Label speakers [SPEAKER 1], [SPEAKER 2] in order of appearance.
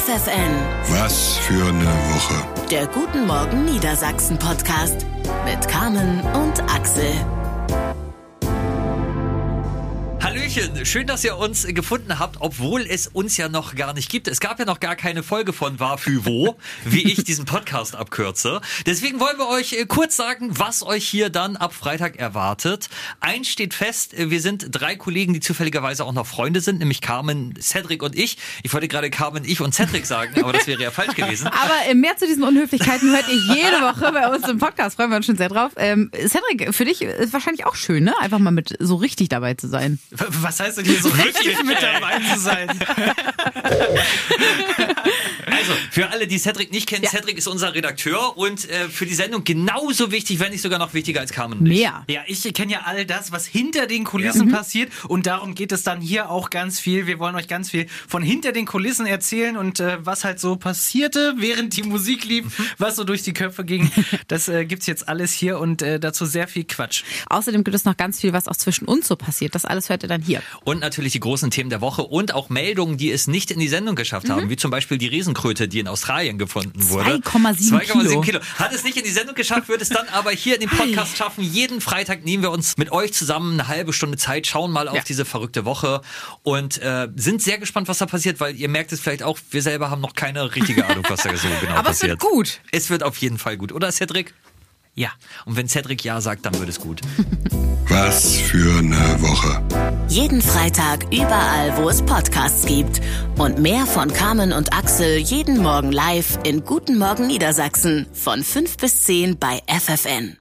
[SPEAKER 1] FFN.
[SPEAKER 2] Was für eine Woche.
[SPEAKER 1] Der Guten Morgen Niedersachsen Podcast mit Carmen und Axel.
[SPEAKER 3] Hallöchen, schön, dass ihr uns gefunden habt, obwohl es uns ja noch gar nicht gibt. Es gab ja noch gar keine Folge von War für Wo, wie ich diesen Podcast abkürze. Deswegen wollen wir euch kurz sagen, was euch hier dann ab Freitag erwartet. Eins steht fest, wir sind 3 Kollegen, die zufälligerweise auch noch Freunde sind, nämlich Carmen, Cedric und ich. Ich wollte gerade Carmen, ich und Cedric sagen, aber das wäre ja falsch gewesen.
[SPEAKER 4] Aber mehr zu diesen Unhöflichkeiten hört ihr jede Woche bei uns im Podcast. Freuen wir uns schon sehr drauf. Cedric, für dich ist wahrscheinlich auch schön, ne? Einfach mal mit so richtig dabei zu sein.
[SPEAKER 5] Was heißt denn hier so richtig mit dabei zu sein?
[SPEAKER 3] Also, für alle, die Cedric nicht kennen, ja. Cedric ist unser Redakteur und für die Sendung genauso wichtig, wenn nicht sogar noch wichtiger als Carmen und ich.
[SPEAKER 4] Mehr.
[SPEAKER 5] Ja, ich kenne ja all das, was hinter den Kulissen passiert und darum geht es dann hier auch ganz viel. Wir wollen euch ganz viel von hinter den Kulissen erzählen und was halt so passierte, während die Musik lief, was so durch die Köpfe ging. Das gibt's jetzt alles hier und dazu sehr viel Quatsch.
[SPEAKER 4] Außerdem gibt es noch ganz viel, was auch zwischen uns so passiert. Das alles hört ihr dann hier.
[SPEAKER 3] Und natürlich die großen Themen der Woche und auch Meldungen, die es nicht in die Sendung geschafft haben, wie zum Beispiel die Riesenkröte, die in Australien gefunden wurde.
[SPEAKER 4] 2,7
[SPEAKER 3] Kilo. Hat es nicht in die Sendung geschafft, wird es dann aber hier in den Podcast schaffen. Jeden Freitag nehmen wir uns mit euch zusammen eine halbe Stunde Zeit, schauen mal auf diese verrückte Woche und sind sehr gespannt, was da passiert, weil ihr merkt es vielleicht auch, wir selber haben noch keine richtige Ahnung, was da so genau
[SPEAKER 4] aber
[SPEAKER 3] passiert.
[SPEAKER 4] Aber es wird gut.
[SPEAKER 3] Es wird auf jeden Fall gut, oder Cedric?
[SPEAKER 5] Ja.
[SPEAKER 3] Und wenn Cedric ja sagt, dann wird es gut.
[SPEAKER 2] Was für eine Woche.
[SPEAKER 1] Jeden Freitag überall, wo es Podcasts gibt. Und mehr von Carmen und Axel jeden Morgen live in Guten Morgen Niedersachsen von 5 bis 10 bei FFN.